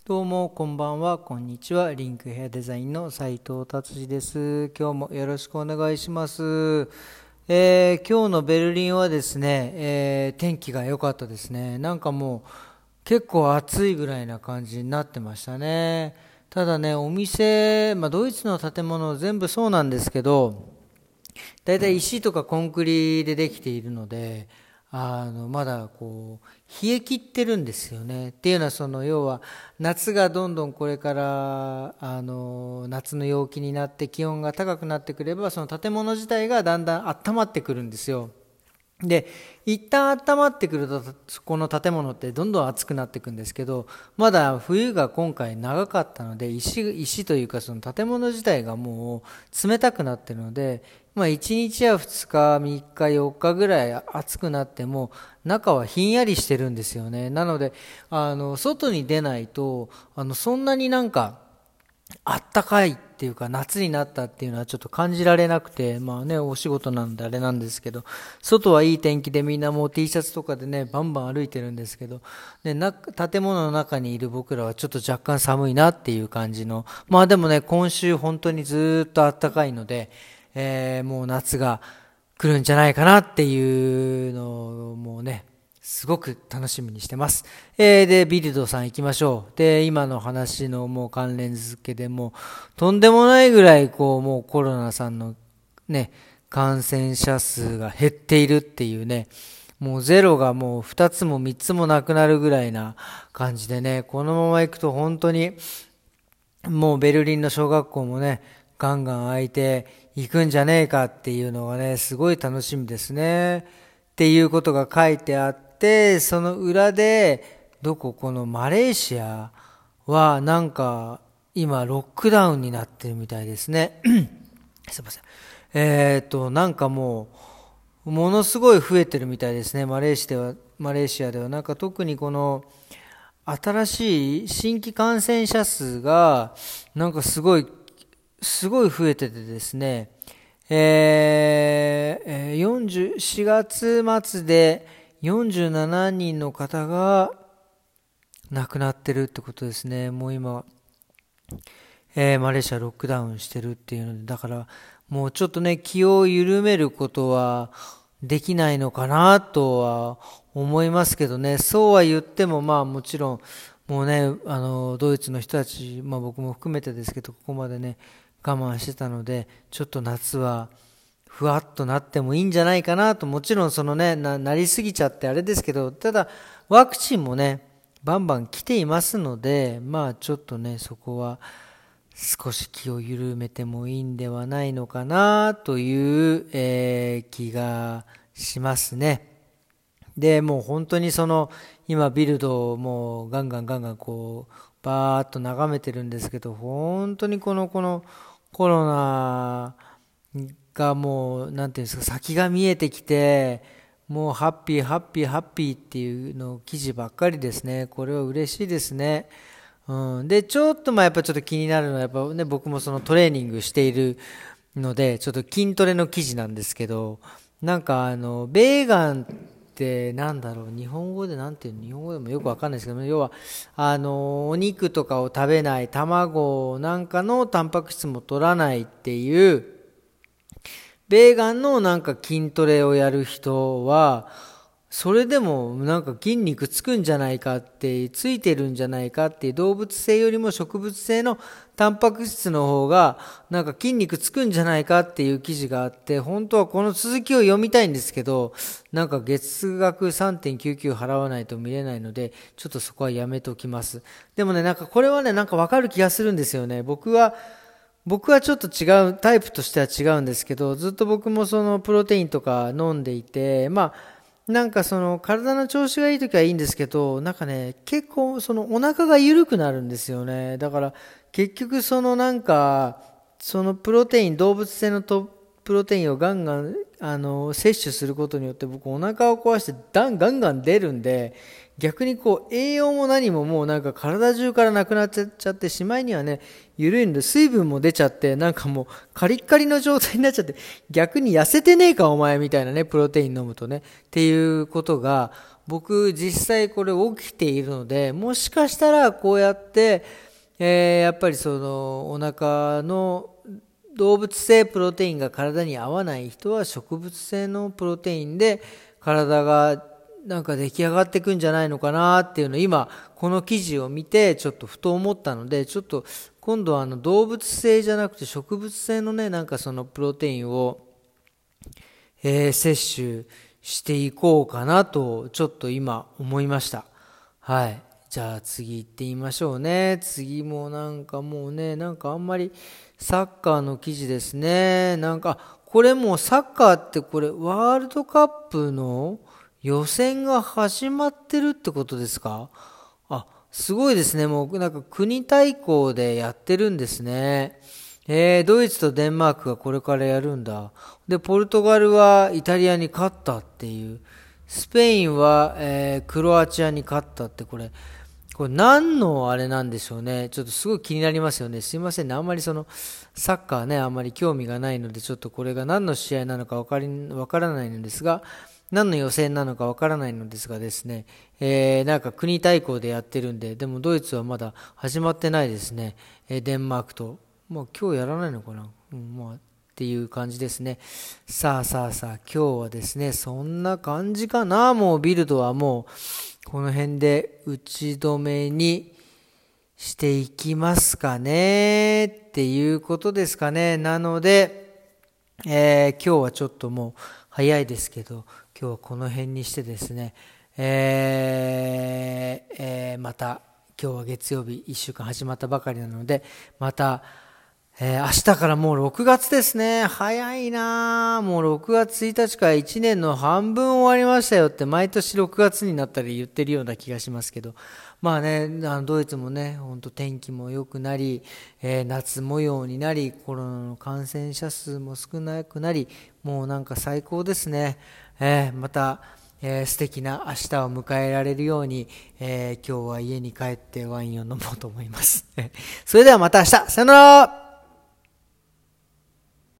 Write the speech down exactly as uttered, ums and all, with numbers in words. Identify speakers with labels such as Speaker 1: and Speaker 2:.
Speaker 1: どうもこんばんは、こんにちは。リンクヘアデザインの斉藤達治です。今日もよろしくお願いします。えー今日のベルリンはですね、えー天気が良かったですね。なんかもう結構暑いぐらいな感じになってましたね。ただね、お店、まあ、ドイツの建物全部そうなんですけど、だいたい石とかコンクリでできているので、あのまだこう冷え切ってるんですよね。っていうのは、その要は夏がどんどんこれからあの夏の陽気になって気温が高くなってくれば、その建物自体がだんだん温まってくるんですよ。で、一旦温まってくると、そこの建物ってどんどん暑くなっていくんですけど、まだ冬が今回長かったので、石、石というかその建物自体がもう冷たくなってるので、まあいちにちやふつか、みっか、よっかぐらい暑くなっても、中はひんやりしてるんですよね。なので、あの、外に出ないと、あの、そんなになんか、あったかいっていうか夏になったっていうのはちょっと感じられなくて、まあね、お仕事なんであれなんですけど、外はいい天気でみんなもう T シャツとかでね、バンバン歩いてるんですけど、で、な、建物の中にいる僕らはちょっと若干寒いなっていう感じの、まあでもね、今週本当にずーっと暖かいので、えーもう夏が来るんじゃないかなっていうのをもうね、すごく楽しみにしてます。えーで、ビルドさん行きましょう。で、今の話のもう関連付けでもう、とんでもないぐらい、こう、もうコロナさんのね、感染者数が減っているっていうね、もうゼロがもうふたつもみっつもなくなるぐらいな感じでね、このまま行くと本当に、もうベルリンの小学校もね、ガンガン開いていくんじゃねえかっていうのがね、すごい楽しみですね。っていうことが書いてあって、その裏で、どこ、このマレーシアはなんか今ロックダウンになってるみたいですね。すいません。えーっと、なんかもう、ものすごい増えてるみたいですね。マレーシアでは、マレーシアでは。なんか特にこの、新しい新規感染者数が、なんかすごい、すごい増えててですね、えーえーよんじゅう、しがつ末でよんじゅうななにんの方が亡くなってるってことですね。もう今、えーマレーシアロックダウンしてるっていうので、だからもうちょっとね、気を緩めることはできないのかなとは思いますけどね。そうは言っても、まあもちろん、もうね、あの、ドイツの人たち、まあ僕も含めてですけど、ここまでね、我慢してたので、ちょっと夏は、ふわっとなってもいいんじゃないかなと、もちろんそのね、な、なりすぎちゃってあれですけど、ただ、ワクチンもね、バンバン来ていますので、まあちょっとね、そこは少し気を緩めてもいいんではないのかなという、えー気がしますね。で、もう本当にその、今ビルドをもうガンガンガンガンこう、バーっと眺めてるんですけど、本当にこの、このコロナがもう、なんていうんですか、先が見えてきて、もうハッピー、ハッピー、ハッピーっていうの記事ばっかりですね。これは嬉しいですね。うん、で、ちょっとまあやっぱちょっと気になるのは、やっぱね、僕もそのトレーニングしているので、ちょっと筋トレの記事なんですけど、なんかあの、ベーガンってなんだろう、日本語でなんていうの、日本語でもよくわかんないですけど、要は、あの、お肉とかを食べない、卵なんかのタンパク質も取らないっていう、ベーガンのなんか筋トレをやる人は、それでもなんか筋肉つくんじゃないかって、ついてるんじゃないかっていう、動物性よりも植物性のタンパク質の方がなんか筋肉つくんじゃないかっていう記事があって、本当はこの続きを読みたいんですけど、なんか月額 さんてんきゅうきゅう 払わないと見れないので、ちょっとそこはやめときます。でもね、なんかこれはね、なんかわかる気がするんですよね。僕は僕はちょっと違う、タイプとしては違うんですけど、ずっと僕もそのプロテインとか飲んでいて、まあ、なんかその体の調子がいい時はいいんですけど、なんかね、結構そのお腹が緩くなるんですよね。だから結局そのなんか、そのプロテイン、動物性のとプロテインをガンガン、あの、摂取することによって僕お腹を壊してダンガンガン出るんで、 逆にこう栄養も何ももうなんか体中からなくなっちゃってしまいにはね、緩いので水分も出ちゃってなんかもうカリッカリの状態になっちゃって、逆に痩せてねえかお前みたいなね、プロテイン飲むとねっていうことが僕実際これ起きているので、もしかしたらこうやって、えー、やっぱりそのお腹の動物性プロテインが体に合わない人は植物性のプロテインで体がなんか出来上がっていくんじゃないのかなっていうのを今この記事を見てちょっとふと思ったので、ちょっと今度はあの動物性じゃなくて植物性のねなんかそのプロテインを、えー、摂取していこうかなとちょっと今思いました。はい、じゃあ次行ってみましょうね。次もなんかもうねなんかあんまりサッカーの記事ですね。なんかこれもうサッカーってこれワールドカップの予選が始まってるってことですか？あ、すごいですね。もうなんか国対抗でやってるんですね。えー、ドイツとデンマークがこれからやるんだ。で、ポルトガルはイタリアに勝ったっていう。スペインは、えー、クロアチアに勝ったって、これ、これ何のあれなんでしょうね。ちょっとすごい気になりますよね。すいませんね。あんまりその、サッカーね、あんまり興味がないので、ちょっとこれが何の試合なのかわかり、わからないのですが、何の予選なのかわからないのですがですね、えー、なんか国対抗でやってるんで、でもドイツはまだ始まってないですね。えー、デンマークと。もう今日やらないのかな、うん、まあっていう感じですね。さあさあさあ、今日はですね、そんな感じかな。もうビルドはもう、この辺で打ち止めにしていきますかね。っていうことですかね。なので、えー、今日はちょっともう早いですけど、今日はこの辺にしてですね、えーえー、また今日は月曜日いっしゅうかん始まったばかりなので、また、えー、明日からもうろくがつですね。早いなぁ。もうろくがつついたちからいちねんの半分終わりましたよって毎年ろくがつになったり言ってるような気がしますけど、まあね、あのドイツもね、本当天気も良くなり、えー、夏模様になり、コロナの感染者数も少なくなり、もうなんか最高ですね。えー、また、えー、素敵な明日を迎えられるように、えー、今日は家に帰ってワインを飲もうと思います。それではまた明日、さよなら。